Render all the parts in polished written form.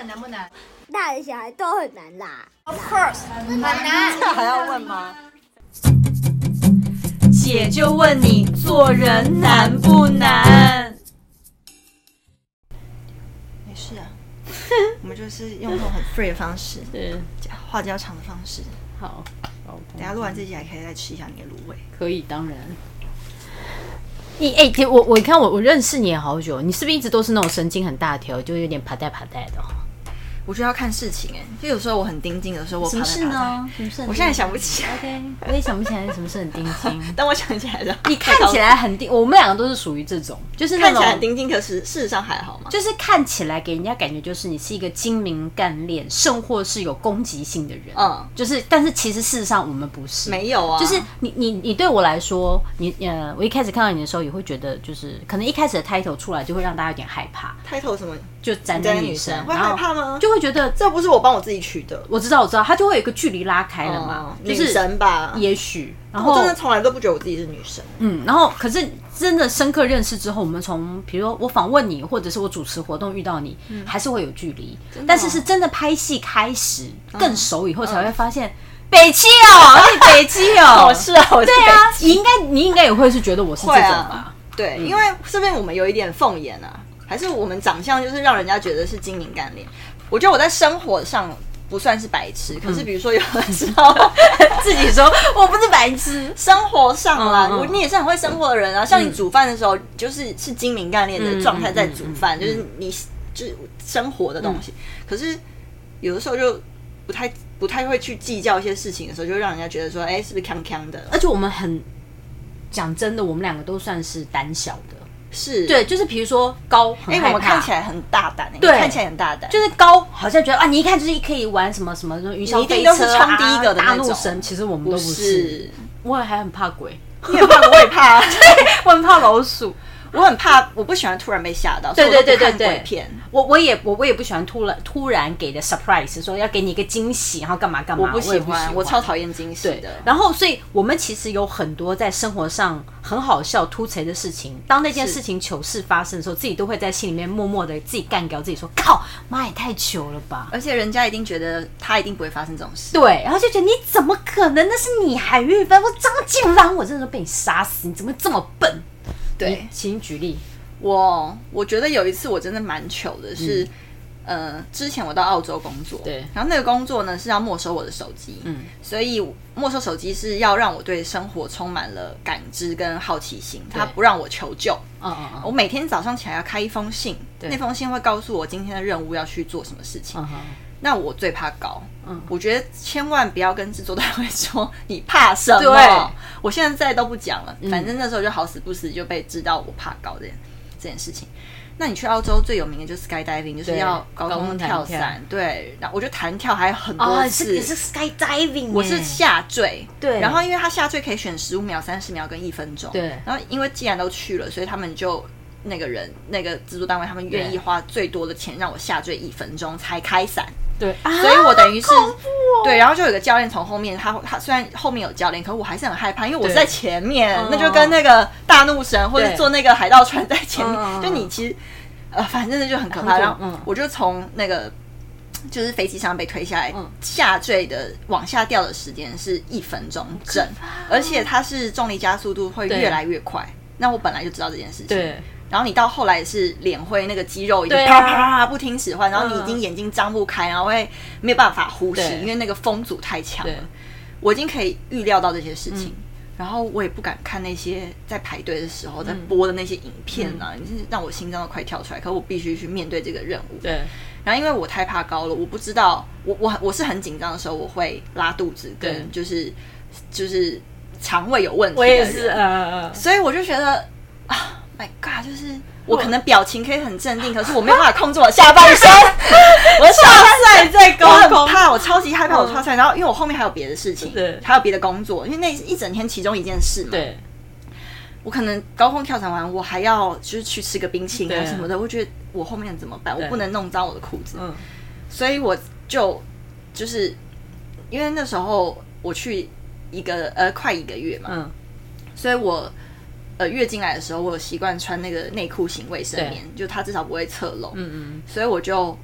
本难不难？ 大人小孩都很难啦。 Of course， 很难。 这还要问吗？ 姐就问你，做人难不难？ 没事啊，我们就是用那种很 free 的方式， 对， 话家常的方式。 好， 等一下录完这集还可以再吃一下你的芦苇。 可以，当然。我看我认识你也好久，你是不是一直都是那种神经很大条，就有点爬带的哦？ 我觉得要看事情就有时候我很盯紧的时候，我什么事呢？什么事？ 我现在想不起来。 OK， 我也想不起来什么事很盯紧。 等我想起来的。 你看起来很盯，我们两个都是属于这种，就是那种看起来很盯紧，可是事实上还好吗？ 就是看起来给人家感觉就是你是一个精明干练，甚或是有攻击性的人。就是但是其实事实上我们不是， 没有啊。 就是你对我来说，我一开始看到你的时候也会觉得，就是可能一开始的 title 出来就会让大家有点害怕。 title 什么？ 就宅男女生会害怕吗？ 就会觉得这不是我帮我自己取的。 我知道，他就会有一个距离拉开了嘛。就是女神吧， 也许。然后我真的从来都不觉得我自己是女神。 然后可是真的深刻认识之后，我们从比如说我访问你，或者是我主持活动遇到你，还是会有距离。但是是真的拍戏开始更熟以后，才会发现。北七哦，你北七哦， 是啊， 对啊，你应该也会是觉得我是这种吧？ 对，因为是不是我们有一点凤眼啊？还是我们长相就是让人家觉得是精明干练？我觉得我在生活上不算是白痴，可是比如说有的时候自己说我不是白痴， 生活上啦，你也是很会生活的人啊。像你煮饭的时候，是精明干练的状态在煮饭，就是你就是生活的东西。可是有的时候就不太会去计较一些事情的时候，就让人家觉得说，是不是锵锵的？ 而且我们很讲真的，我们两个都算是胆小的。 是对， 就是比如说高很害怕， 我们看起来很大胆， 对， 看起来很大胆， 就是高好像觉得你一看就是可以玩什么什么云霄飞车， 你一定都是冲第一个的大怒神，其实我们都不是。我还很怕鬼， 你也怕，我也怕， 对，我很怕老鼠。 我很怕，我不喜欢突然被吓到， 对， 鬼片。 我也不喜欢突然给的 surprise， 说要给你一个惊喜，然后干嘛干嘛。 我不喜欢，我超讨厌惊喜的。 然后，所以我们其实有很多在生活上很好笑、突贼的事情。当那件事情糗事发生的时候，自己都会在心里面默默的自己干掉自己，说：“靠，妈也太糗了吧！” 而且人家一定觉得他一定不会发生这种事。 对，然后就觉得你怎么可能？那是你海运分，我张竟然我真的被你杀死！你怎么这么笨？ 对， 请举例。 我觉得有一次我真的蛮糗的是，之前我到澳洲工作， 对， 然后那个工作呢是要没收我的手机，所以没收手机是要让我对生活充满了感知跟好奇心，他不让我求救。我每天早上起来要开一封信，那封信会告诉我今天的任务要去做什么事情。那我最怕高，我觉得千万不要跟制作单位说你怕什么。对，我现在都不讲了，反正那时候就好死不死就被知道我怕高这件事情。那你去澳洲最有名的就是 skydiving， 就是要高空跳伞。对，然后我觉得弹跳还有很多次。 你是 skydiving， 我是下坠。 对， 然后因为他下坠可以选15秒、30秒跟1分钟。 对， 然后因为既然都去了，所以他们就那个制作单位他们愿意花最多的钱让我下坠1分钟才开伞。 对， 所以我等于是对，然后就有个教练从后面，他虽然后面有教练，可是我还是很害怕，因为我是在前面，那就跟那个大怒神或者坐那个海盗船在前面，就你其实反正就很可怕。然后我就从那个就是飞机上被推下来，下坠的往下掉的时间是1分钟整，而且它是重力加速度会越来越快。那我本来就知道这件事情， 对。 然后你到后来是脸会那个肌肉已经啪啪啪不听使唤，然后你已经眼睛张不开，然后会没有办法呼吸，因为那个风阻太强了。我已经可以预料到这些事情，然后我也不敢看那些在排队的时候在播的那些影片啊，你是让我心脏都快跳出来。可我必须去面对这个任务。 对。 然后因为我太怕高了，我不知道我是很紧张的时候，我会拉肚子，跟就是肠胃有问题的人。我也是，所以我就觉得My God， 就是我可能表情可以很镇定，可是我没有办法控制我下半身。我的下半身在高空，我很怕，我超级害怕我跳下来。然后因为我后面还有别的事情，还有别的工作，因为那一整天其中一件事嘛。对，我可能高空跳伞完，我还要就是去吃个冰淇淋啊什么的。我觉得我后面怎么办？我不能弄脏我的裤子。所以我就是因为那时候我去快1个月嘛，所以我。月经来的时候，我有习惯穿那个内裤型卫生棉，就它至少不会侧漏。所以我就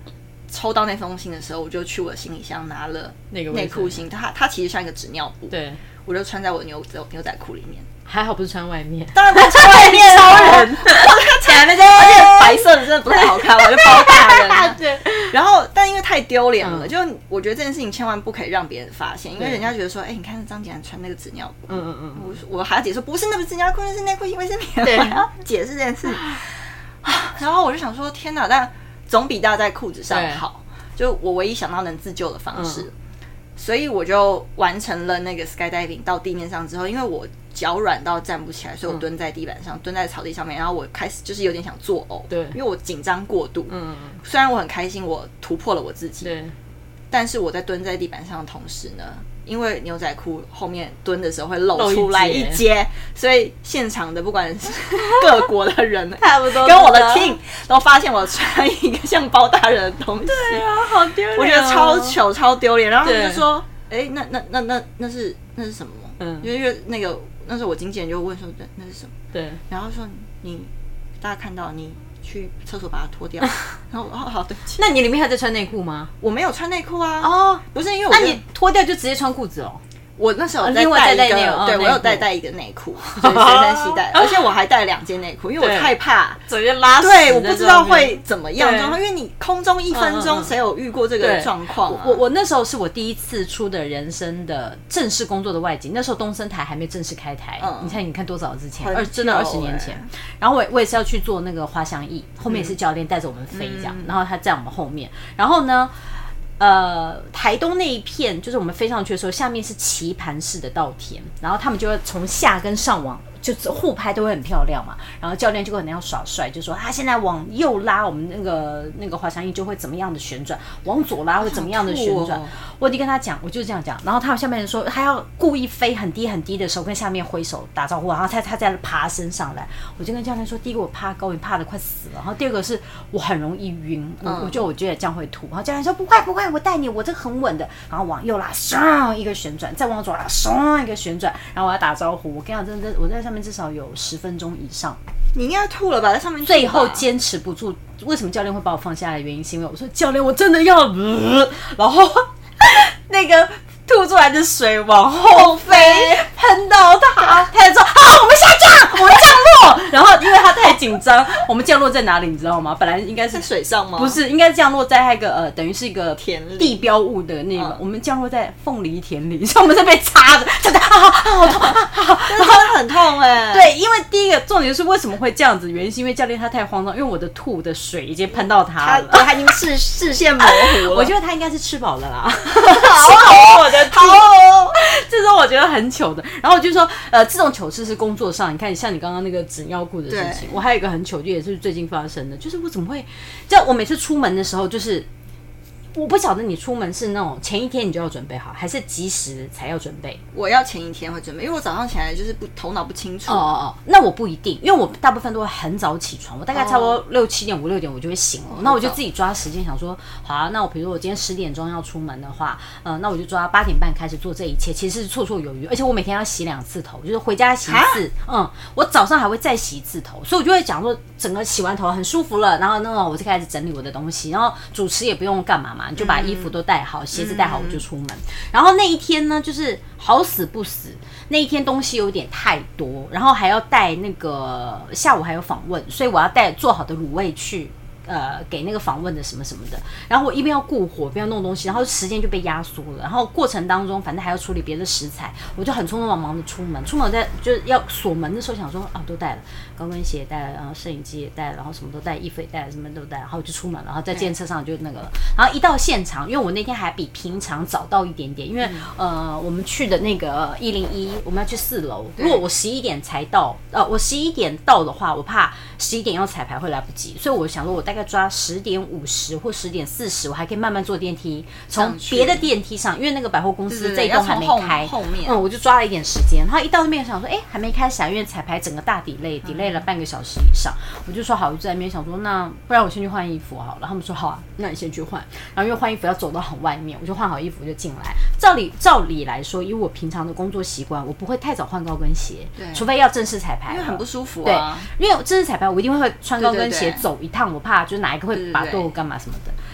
抽到那封信的时候，我就去我的行李箱拿了内裤芯，它其实像一个纸尿布， 对， 我就穿在我的牛仔裤里面。 还好不是穿外面， 当然不是穿外面，超人，而且白色的真的不太好看，我就包大人。对，然后但因为太丢脸了，就我觉得这件事情千万不可以让别人发现，因为人家觉得说，你看张景然穿那个纸尿布，我还要解释说不是那不是纸尿裤，那是内裤型卫生棉，对，还要解释这件事。然后我就想说，天哪，但总比搭在裤子上好，就我唯一想到能自救的方式。所以我就完成了那个 skydiving 到地面上之后，因为我脚软到站不起来，所以我蹲在地板上，蹲在草地上面，然后我开始就是有点想作呕，对，因为我紧张过度。虽然我很开心，我突破了我自己，对，但是我在蹲在地板上的同时呢，因为牛仔裤后面蹲的时候会露出来一截，所以现场的不管是各国的人，差不多跟我的 team 都发现我穿一个像包大人的东西。对啊，好丢脸，我觉得超糗超丢脸。然后他们就说：“那是什么？”因为那时候我经纪人就问说：“那是什么？”对，然后说你大家看到你去厕所把它脱掉，然后好对不起。 那你里面还在穿内裤吗？ 我没有穿内裤啊。哦，不是因为我， 那你脱掉就直接穿裤子哦。 我那时候另外带一个，对我有带一个内裤，就是随身携带，而且我还带2件内裤，因为我害怕直接拉屎， 对，我不知道会怎么样状况，因为你空中1分钟，谁有遇过这个状况啊？ 我那时候是我第一次出的人生的正式工作的外景，那时候东森台还没正式开台，你看多早之前，真的20年前。然后我也是要去做那个滑翔翼，后面也是教练带着我们飞这样，然后他在我们后面，然后呢？台东那一片，就是我们飞上去的时候，下面是棋盘式的稻田，然后他们就会从下跟上往，就互拍都会很漂亮嘛。然后教练就会很要耍帅，就说他现在往右拉，我们那个滑翔翼就会怎么样的旋转；往左拉会怎么样的旋转。我已经跟他讲，我就是这样讲。然后他下面人说他要故意飞很低很低的时候跟下面挥手打招呼，然后他再爬升上来。我就跟教练说，第一个我怕高，怕得快死了。然后第二个是我很容易晕，我觉得这样会吐。然后教练说不会，我带你，我这个很稳的。然后往右拉，唰一个旋转，再往左拉，唰一个旋转。然后我要打招呼，我跟你讲，真的，我在上面至少有10分钟以上。 你应该吐了吧？在上面最后坚持不住。为什么教练会把我放下来的原因，是因为我说教练，我真的要，然后那个吐出来的水往后飞，喷到他，他就说：“好，我们下降，我们降落。”然后因为他太紧张，我们降落在哪里你知道吗？本来应该是在水上吗？ 不是，应该降落在那个等于是一个地标物的那个，我们降落在凤梨田里，所以我们是被插着，真的好痛， 真的很痛哎。 对，因为第一个重点是为什么会这样子，原因是因为教练他太慌张，因为我的吐的水已经喷到他了， 他已经视线模糊了。 我觉得他应该是吃饱了啦， 好我的好，这是我觉得很糗的。然后我就说，这种糗事是工作上，你看像你刚刚那个纸尿裤的事情，我还有一个很糗，就也是最近发生的，就是我怎么会，就我每次出门的时候，就是我不晓得你出门是那种前一天你就要准备好，还是及时才要准备？ 我要前一天会准备，因为我早上起来就是头脑不清楚。 那我不一定，因为我大部分都会很早起床，我大概差不多6、7点、5、6点我就会醒了。那我就自己抓时间想说，好啊，那我比如我今天10点钟要出门的话，那我就抓8点半开始做这一切，其实是绰绰有余。而且我每天要洗2次头，就是回家洗1次，我早上还会再洗1次头，所以我就会讲说，整个洗完头很舒服了，然后我就开始整理我的东西，然后主持也不用干嘛嘛，你就把衣服都带好，鞋子带好，我就出门。然后那一天呢，就是好死不死，那一天东西有点太多，然后还要带那个下午还有访问，所以我要带做好的卤味去给那个访问的什么什么的，然后我一边要顾火，一边要弄东西，然后时间就被压缩了。然后过程当中，反正还要处理别的食材，我就很匆匆忙忙的出门。出门在就是要锁门的时候，想说都带了，高跟鞋也带了，然后摄影机也带了，然后什么都带，衣服也带了，什么都带了，然后就出门了。然后在电车上就那个了。然后一到现场，因为我那天还比平常早到一点点，因为我们去的那个101，我们要去4楼。如果我11点才到，我11点到的话，我怕11点要彩排会来不及，所以我想说，我大概抓10点50或10点40，我还可以慢慢坐电梯，从别的电梯上，因为那个百货公司这一栋还没开， 后面我就抓了一点时间。然后一到那边想说，还没开始啊，因为彩排整个大delay了半个小时以上，我就说好，我就在那边想说，那不然我先去换衣服好了。他们说好啊，那你先去换。然后因为换衣服要走到很外面，我就换好衣服就进来。照理来说，以我平常的工作习惯，我不会太早换高跟鞋，除非要正式彩排， 因为很不舒服啊。 对，因为正式彩排我一定会穿高跟鞋走一趟，我怕就是哪一个会把舵干嘛什么的。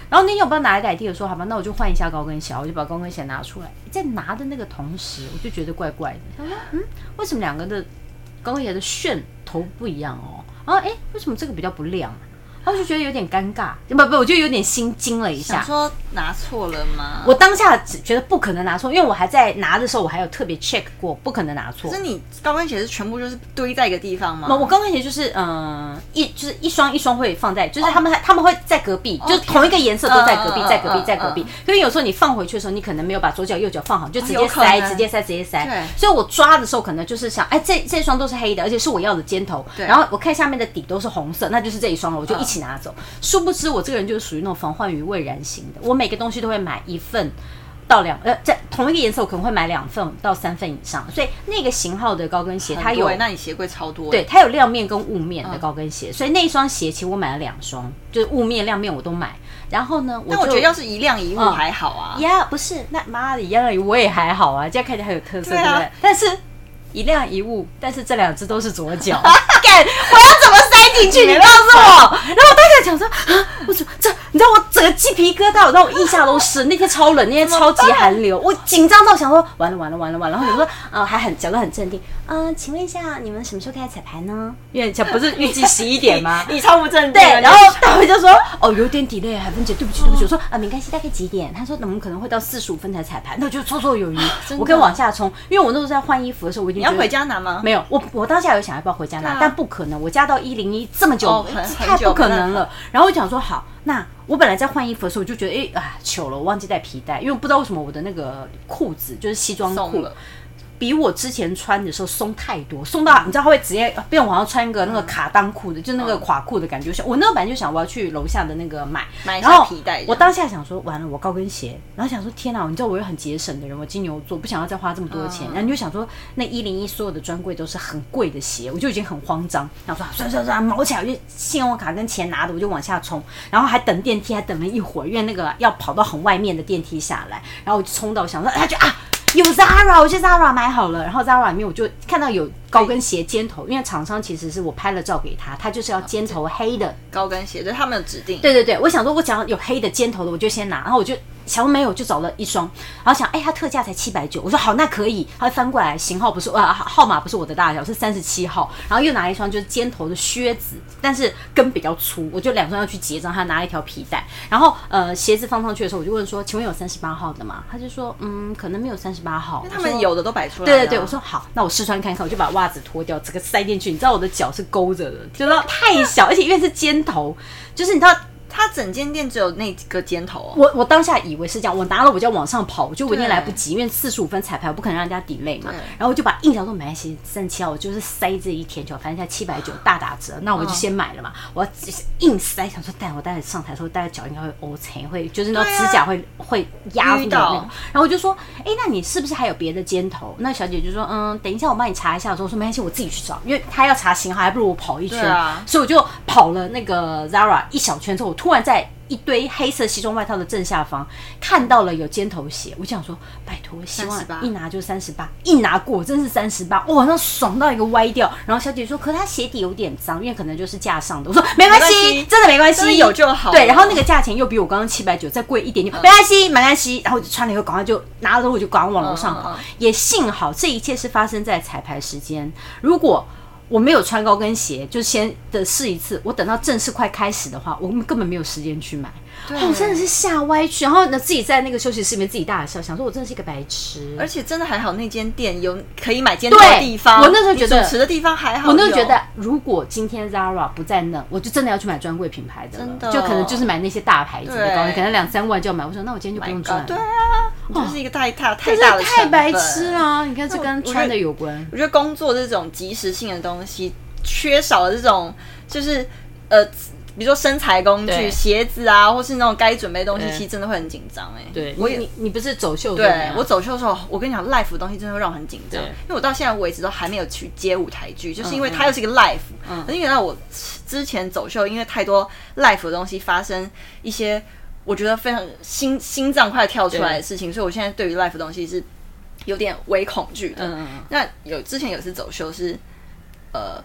然后那天我不知道哪来的 idea，说好吧，那我就换一下高跟鞋，我就把高跟鞋拿出来。在拿的那个同时，我就觉得怪怪的，想说为什么两个的高跟鞋的楦头不一样哦？然后为什么这个比较不亮？然后就觉得有点尴尬，不，我就有点心惊了一下， 想说拿错了吗？ 我当下只觉得不可能拿错，因为我还在拿的时候，我还有特别 check 过，不可能拿错。 可是你高跟鞋是全部就是堆在一个地方吗？ 我高跟鞋就是就是一双一双会放在，就是他们会在隔壁，就是同一个颜色都在隔壁，在隔壁，在隔壁。因为有时候你放回去的时候，你可能没有把左脚右脚放好，就直接塞，直接塞，直接塞。 对。 所以我抓的时候可能就是想，这双都是黑的，而且是我要的尖头。 对。 然后我看下面的底都是红色，那就是这一双了，我就一起拿走。殊不知我这个人就是属于那种防患于未然型的，我每个东西都会买1份到2，在同一个颜色我可能会买2份到3份以上，所以那个型号的高跟鞋它有， 那你鞋柜超多， 对，它有亮面跟雾面的高跟鞋，所以那一双鞋其实我买了2双，就是雾面亮面我都买。然后呢， 但我觉得要是一亮一雾还好啊， 不是，那妈的一亮一雾我也还好啊，这样看起来很有特色，对不对？但是一亮一雾，但是这2只都是左脚，干，我要怎么塞进去？你告诉我。然后我当时想说我这，你知道我整个鸡皮疙瘩，我腋下都湿。那天超冷，那天超级寒流，我紧张到想说完了。然后我说还讲得很镇定，请问一下你们什么时候开始彩排呢？因为不是预计11点吗？ 你超不镇定。 对，然后大卫就说有点 delay， 海芬姐对不起。我说没关系，大概几点？他说我们可能会到45分才彩排，那我就绰绰有余，我可以往下冲，因为我那时候在换衣服的时候，我已经你要回家拿吗？ 没有，我当下有想要不要回家拿，但不可能，我家到101这么久，太不可能了。然后我想说好，那我本来在换衣服的时候，我就觉得糗了，我忘记带皮带，因为不知道为什么我的那个裤子就是西装裤。比我之前穿的时候松太多，松到你知道他会直接变我好像穿一个那个卡裆裤的，就那个垮裤的感觉。我那个本来就想我要去楼下的那个买一下皮带， 我当下想说完了我高跟鞋，然后想说天哪，你知道我又很节省的人，我金牛座不想要再花这么多钱，然后你就想说那101所有的专柜都是很贵的鞋，我就已经很慌张，然后说算毛起来，我就信用卡跟钱拿的我就往下冲，然后还等电梯还等了一会儿，因为那个要跑到很外面的电梯下来，然后我就冲到想说有 Zara， 我去 Zara 买好了，然后 Zara 里面我就看到有高跟鞋尖头，因为厂商其实是我拍了照给他就是要尖头黑的高跟鞋，对他们有指定。 对，我想说我只要有黑的尖头的我就先拿，然后我就想说没有，就找了一双，然后想它特价才790，我说好那可以，他翻过来型号不是号码不是我的大小，是37号，然后又拿了一双就是尖头的靴子，但是跟比较粗，我就2双要去结账，他拿了一条皮带，然后鞋子放上去的时候我就问说请问有38号的吗？他就说可能没有38号， 他们有的都摆出来了。 对，我说好，那我试穿看看，我就把袜子脱掉，这个塞进去，你知道我的脚是勾着的，觉得太小，而且因为是尖头，就是你知道。 它整间店只有那个尖头我当下以为是这样，我拿了我就要往上跑，我已经来不及，因为45分彩排，我不可能让人家 delay 嘛。然后我就把硬条都买起37号，我就是塞这一天就反正才790大打折，那我就先买了嘛。我要硬塞，想说我待会上台的时候，大概脚应该会 OK， 会就是那指甲会压住那种。然后我就说，那你是不是还有别的尖头？那小姐就说，等一下我帮你查一下。我说没关系，我自己去找，因为她要查型号，还不如我跑一圈。所以我就跑了那个 Zara 一小圈之后，我突然在一堆黑色西装外套的正下方看到了有尖头鞋，我就想说拜托，希望一拿就38，一拿过真是38，哇，那爽到一个歪掉。然后小姐说，可它鞋底有点脏，因为可能就是架上的。我说没关系，真的没关系， 有就好。 对，然后那个价钱又比我刚刚790再贵一点点，没关系。然后我就穿了以后，赶快就拿了之后我就赶快往楼上跑。也幸好这一切是发生在彩排时间，如果我没有穿高跟鞋，就先的试一次。我等到正式快开始的话，我根本没有时间去买。我真的是吓歪去，然后呢，自己在那个休息室里面自己大笑，想说我真的是一个白痴。 而且真的还好，那间店有可以买尖头的地方。 我那时候觉得主持的地方还好。 我那时候觉得，如果今天 Zara 不在那，我就真的要去买专柜品牌的了，真的就可能就是买那些大牌子的高跟，可能2-3万就要买。我说那我今天就不用赚。 对啊，就是一个太大的成本， 太白痴啊！你看这跟穿的有关。 我觉得工作这种即时性的东西，缺少了这种就是比如说身材工具、鞋子啊，或是那种该准备的东西，其实真的会很紧张。 对，你不是走秀？ 对，我走秀的时候，我跟你讲 ，live 的东西真的会让我很紧张，因为我到现在为止都还没有去接舞台剧，就是因为它又是一个 live。因为我之前走秀，因为太多 live 的东西发生一些我觉得非常心脏快跳出来的事情，所以我现在对于 live 的东西是有点微恐惧的。那之前有一次走秀是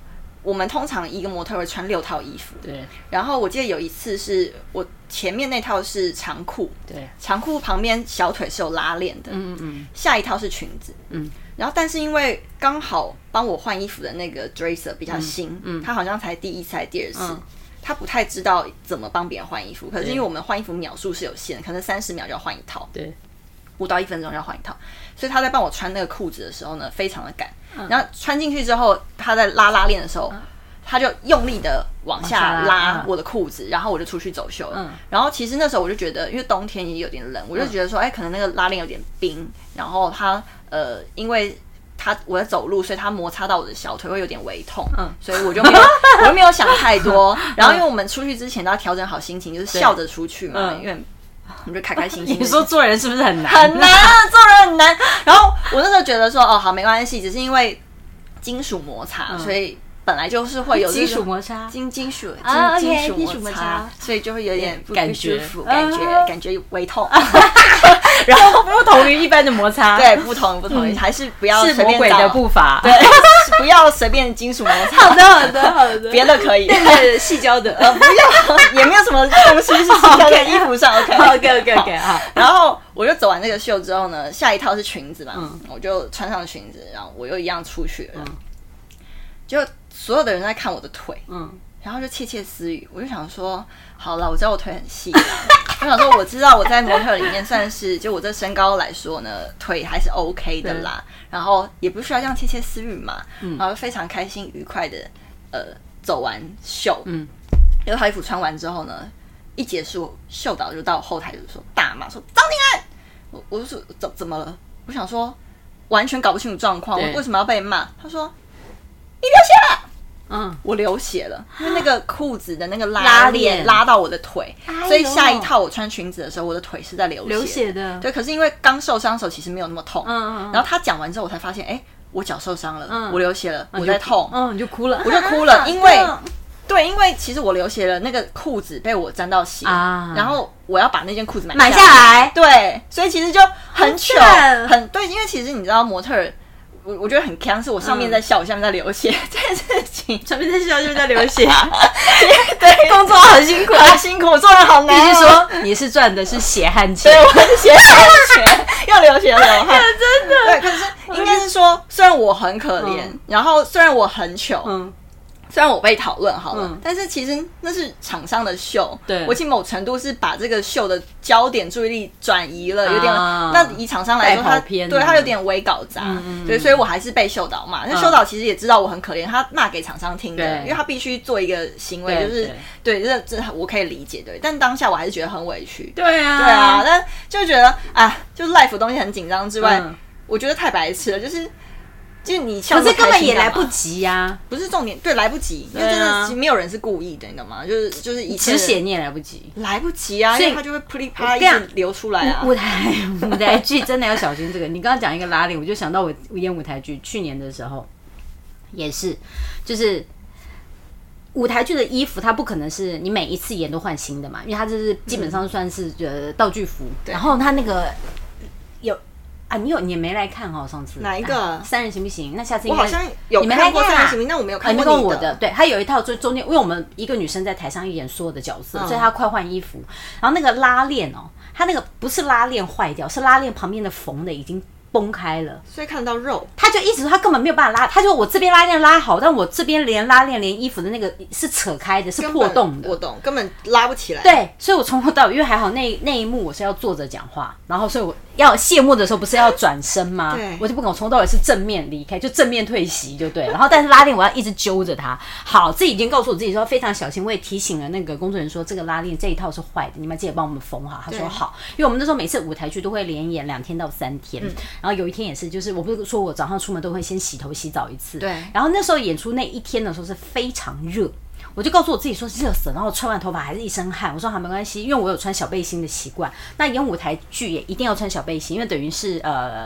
我们通常一个模特会穿6套衣服， 对。 然后我记得有一次是我前面那套是长裤， 对， 长裤旁边小腿是有拉链的，下一套是裙子，然后但是因为刚好帮我换衣服的那个 dresser 比较新，他好像才第1次还第2次。他不太知道怎么帮别人换衣服，可是因为我们换衣服秒数是有限的，可能30秒就要换一套，对，5到1分钟就要换一套，所以他在帮我穿那个裤子的时候呢，非常的赶。然后穿进去之后，他在拉链的时候，他就用力的往下拉我的裤子，然后我就出去走秀了。然后其实那时候我就觉得，因为冬天也有点冷，我就觉得说，可能那个拉链有点冰，然后他因为我在走路，所以它摩擦到我的小腿会有点微痛，所以我就没有想太多。然后因为我们出去之前都要调整好心情，就是笑着出去嘛，因为我们就开开心心。 你说做人是不是很难？ 很难啊，做人很难。然后我那时候觉得说，好，没关系，只是因为金属摩擦，所以本来就是会有金属摩擦， 金属摩擦，所以就会有点感觉感觉微痛。 然后不同于一般的摩擦， 对，不同于，还是不要随便是魔鬼的步伐， 对，不要随便金属摩擦。 好的， 别的可以， 对，细胶的， 不要，也没有什么东西是细胶在衣服上。OK， 好。然后我就走完那个秀之后呢，下一套是裙子嘛，我就穿上裙子，然后我又一样出去了，就所有的人在看我的腿，然后就窃窃私语，我就想说，好了，我知道我腿很细，我想说我知道我在模特里面算是，就我这身高来说呢，腿还是 OK 的啦，然后也不需要这样窃窃私语嘛，然后非常开心愉快的走完秀，6套衣服穿完之后呢，一结束秀导就到后台就说大骂说张庭安，我就说怎么了？我想说完全搞不清楚状况，我为什么要被骂？他说你流血了。我流血了，因为那个裤子的那个拉链拉到我的腿，所以下一套我穿裙子的时候，我的腿是在流血的。对，可是因为刚受伤的时候其实没有那么痛，然后他讲完之后，我才发现，我脚受伤了，我流血了，我在痛， 你就哭了， 我就哭了，因为其实我流血了，那个裤子被我沾到血，然后我要把那件裤子买下来，对，所以其实就很糗，很对，因为其实你知道模特儿。我觉得很强，是我上面在笑，我下面在流血这件事情， 上面在笑，下面在流血， 对，工作很辛苦，做人好难。 必须说你是赚的是血汗钱， 对，我是血汗钱，又流血又流汗， 真的。 对，可是应该是说，虽然我很可怜，然后虽然我很糗，虽然我被讨论好了，但是其实那是厂商的秀，对，我其实某程度是把这个秀的焦点注意力转移了，有点。那以厂商来说，他有点微搞砸，对，所以我还是被秀导骂。那秀导其实也知道我很可怜，他骂给厂商听的，因为他必须做一个行为，就是对，这我可以理解，对。但当下我还是觉得很委屈， 对啊， 但就觉得就是 life 的东西很紧张之外，我觉得太白痴了，就是你笑， 可是根本也来不及呀， 不是重点，对，来不及，因为真的其实没有人是故意的，你懂吗？就是以前止血你也来不及， 来不及啊，因为它就会噼里啪啦一直流出来啊。 舞台剧真的要小心这个。你刚刚讲一个拉链，我就想到我演舞台剧，去年的时候也是，就是舞台剧的衣服，它不可能是你每一次演都换新的嘛，因为它这是基本上算是道具服，然后它那个有。你也没来看上次哪一个 3人行不行？那下次应该我好像有看过3人行不行，但我没有看过你的。对，他有一套中间，因为我们一个女生在台上演所有的角色，所以她快换衣服。然后那个拉链它那个不是拉链坏掉，是拉链旁边的缝的已经崩开了， 所以看到肉。 他就一直说他根本没有办法拉，他就我这边拉链拉好，但我这边连拉链连衣服的那个是扯开的，是破洞的。 我懂，根本拉不起来。 对，所以我从头到尾，因为还好那一幕我是要坐着讲话，然后所以我要谢幕的时候不是要转身吗？对，我就不敢，我从头到尾是正面离开，就正面退席就对。然后但是拉链我要一直揪着它。好，这已经告诉我自己说非常小心，我也提醒了那个工作人员说这个拉链这一套是坏的，你们记得帮我们缝好。他说好，因为我们那时候每次舞台剧都会连演2天到3天，然后有一天也是就是我不是说我早上出门都会先洗头洗澡一次，对。然后那时候演出那一天的时候是非常热。我就告诉我自己说热死了，然后吹完头发还是一身汗。我说好没关系，因为我有穿小背心的习惯。那演舞台剧也一定要穿小背心，因为等于是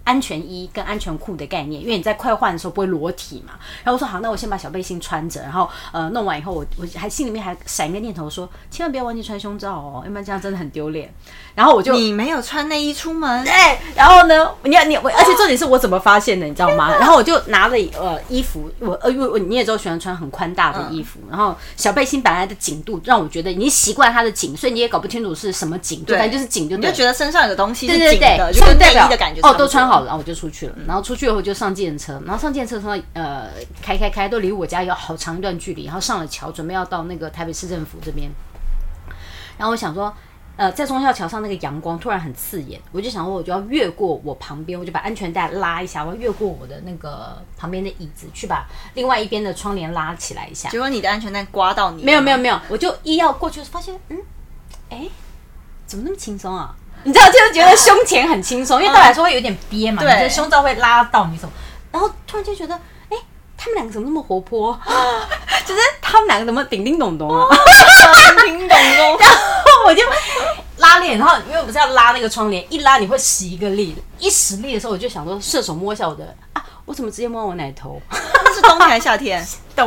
安全衣跟安全裤的概念，因为你在快换的时候不会裸体嘛。然后我说好，那我先把小背心穿着，然后弄完以后，我还心里面还闪一个念头说，千万不要忘记穿胸罩哦，要不然这样真的很丢脸。然后我就你没有穿内衣出门， 对，然后呢，而且重点是我怎么发现的，你知道吗？然后我就拿了衣服，你也知道喜欢穿很宽大的衣服，然后小背心本来的紧度让我觉得你习惯它的紧，所以你也搞不清楚是什么紧度，反正就是紧就对了， 你就觉得身上有个东西是紧的， 就跟内衣的感觉都穿好了，然后我就出去了。然后出去以后就上计程车，然后上计程车的时候开都离我家有好长一段距离，然后上了桥，准备要到那个台北市政府这边。然后我想说，在忠孝桥上那个阳光突然很刺眼，我就想说我就要越过我旁边，我就把安全带拉一下，我要越过我的那个旁边的椅子，去把另外一边的窗帘拉起来一下。 结果你的安全带刮到你？ 没有，我就一要过去，发现怎么那么轻松啊？你知道，就是觉得胸前很轻松，因为对我来说会有点憋嘛，你的胸罩会拉到你什么，然后突然就觉得，他们两个怎么那么活泼？就是他们两个怎么叮叮咚咚啊？ 叮叮咚咚。 然后我就拉链，然后因为我不是要拉那个窗帘，一拉你会使一个力，一使力的时候，我就想说射手摸一下我怎么直接摸我奶头？ 那是冬天还是夏天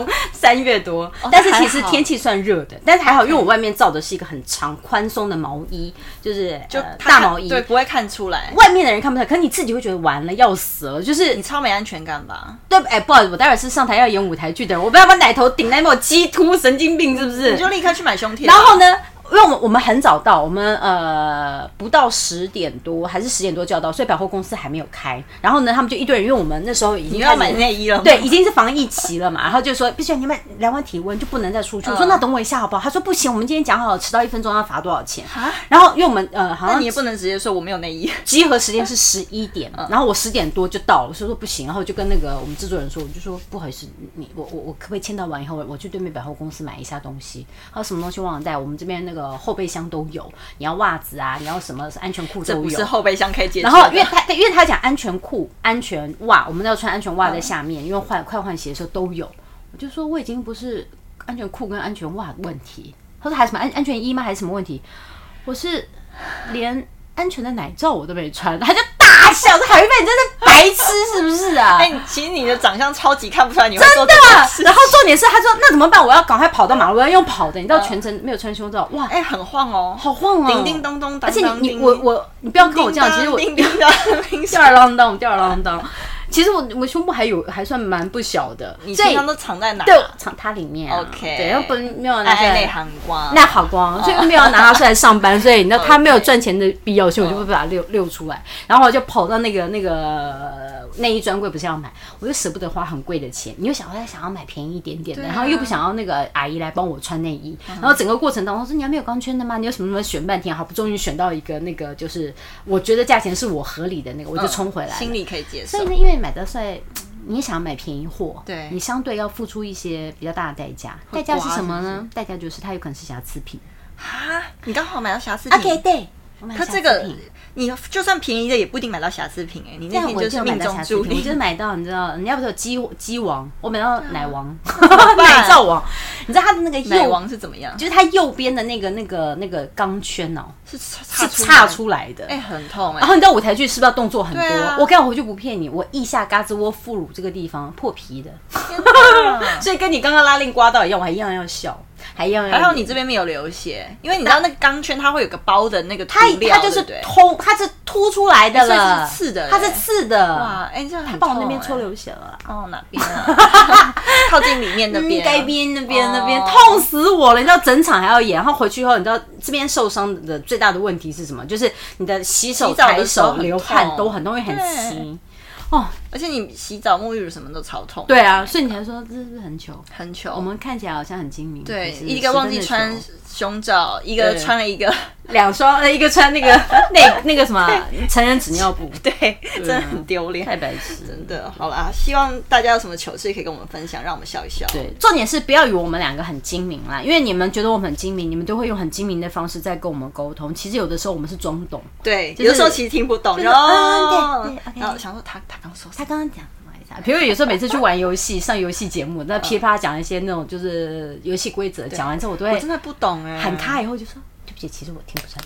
？3月多，但是其实天气算热的，但是还好，因为我外面罩的是一个很长宽松的毛衣，就是大毛衣， 对，不会看出来。 外面的人看不出来，可是你自己会觉得完了要死了，就是你超没安全感吧？ 对，不好意思，我待会是上台要演舞台剧的人，我不要把奶头顶在那种鸡突，神经病是不是？ 你就立刻去买胸贴。 然后呢？因为我们很早到，我们不到10点多还是10点多就要到，所以百货公司还没有开。然后呢，他们就一堆人，因为我们那时候已经要买内衣了， 对，已经是防疫期了嘛。然后就说必须你们量完体温就不能再出去。我说那等我一下好不好？他说不行，我们今天讲好了，迟到1分钟要罚多少钱？然后因为我们好像你也不能直接说我没有内衣。 集合时间是11点，然后我10点多就到了，所以说不行。然后就跟那个我们制作人说，我就说不好意思，我可不可以签到完以后，我去对面百货公司买一下东西？还有什么东西忘了带？我们这边那个后备箱都有，你要袜子啊，你要什么安全裤都有。 这不是后备箱可以解决的。 然后因为他讲安全裤、安全袜，我们要穿安全袜在下面，因为快换鞋的时候都有。我就说我已经不是安全裤跟安全袜的问题，他说还有什么安全衣吗？还是什么问题？我是连安全的奶罩我都没穿，他就大笑说：“海玉贝，你真是白痴是不是啊？” 其实你的长相超级看不出来你会做真的。然后重点是，他说：“那怎么办？我要赶快跑到马路，我要用跑的。”你知道全程没有穿胸罩，哇， 很晃哦， 好晃哦， 叮叮咚咚， 而且你不要跟我这样，其实我叮叮当吊儿郎当。其实我胸部还算蛮不小的， 你平常都藏在哪？ 对，藏它里面。 OK， 对，然后没有拿出来内含光， 那好光，所以没有拿它出来上班，所以你知道他没有赚钱的必要性，我就会把它溜出来。然后我就跑到那个内衣专柜，不是要买，我就舍不得花很贵的钱，你又想要买便宜一点点的，然后又不想要那个阿姨来帮我穿内衣，然后整个过程当中我说你还没有钢圈的吗？你有什么选半天，好不容易选到一个那个就是我觉得价钱是我合理的那个，我就冲回来了， 心里可以接受。 所以呢，因为买得帅。你也想要买便宜货， 对， 你相对要付出一些比较大的代价。代价是什么呢？代价就是它有可能是瑕疵品。 你刚好买到瑕疵品。 OK， 对， 它这个你就算便宜的也不一定买到瑕疵品你那天就是命中注定， 我就是买到，你知道，人家不是有鸡王，我买到奶王，奶罩王。你知道它的那个奶王是怎么样？ 就是它右边的那个钢圈是岔出来的， 很痛然后你知道舞台剧是不是要动作很多？我刚回去不骗你，我腋下胳肢窝副乳这个地方破皮的，所以跟你刚刚拉链刮到一样，我还一样要笑。还好你这边没有流血，因为你知道那个钢圈它会有个包的那个涂料， 它就是它是凸出来的了， 是刺的， 它是刺的。 哇，这很痛，那边抽流血了。 哪边啊？靠近里面那边， 该边那边痛死我了！你知道整场还要演，然后回去以后，你知道这边受伤的最大的问题是什么？就是你的洗手、抬手、流汗都很容易很稀。 而且你洗澡、沐浴乳什么都超痛。 对啊，所以你才说这是不是很糗？ 很糗。 我们看起来好像很精明。 对，一个忘记穿胸罩，一个穿了一个 2双，一个穿那个那个什么成人纸尿布。 对，真的很丢脸， 太白痴， 真的。好啦，希望大家有什么糗事可以跟我们分享，让我们笑一笑。 对，重点是不要以为我们两个很精明啦，因为你们觉得我们很精明，你们都会用很精明的方式在跟我们沟通。其实有的时候我们是装懂， 对，有的时候其实听不懂，然后想说他刚说他刚刚讲。比如有时候每次去玩游戏、上游戏节目，那噼啪讲一些那种就是游戏规则，讲完之后我都会我真的不懂喊他以后就说对不起，其实我听不是很懂。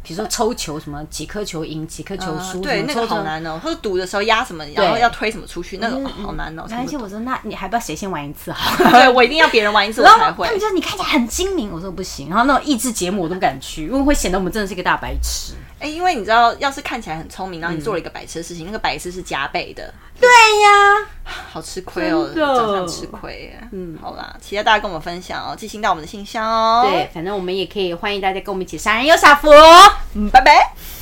比如说抽球什么几颗球赢几颗球输， 对，那个好难哦。或者赌的时候压什么，然后要推什么出去，那个好难哦。 没关系，我说那你还不知道谁先玩一次好？ 对，我一定要别人玩一次我才会。 他们就说你看起来很精明，我说不行。然后那种益智节目我都不敢去，因为会显得我们真的是一个大白痴。 因为你知道，要是看起来很聪明，然后你做了一个白痴的事情，那个白痴是加倍的。 对呀， 好吃亏哦，真的吃亏耶。好啦，期待大家跟我们分享哦，寄信到我们的信箱哦。 对，反正我们也可以欢迎大家跟我们一起杀人又撒福。 拜拜。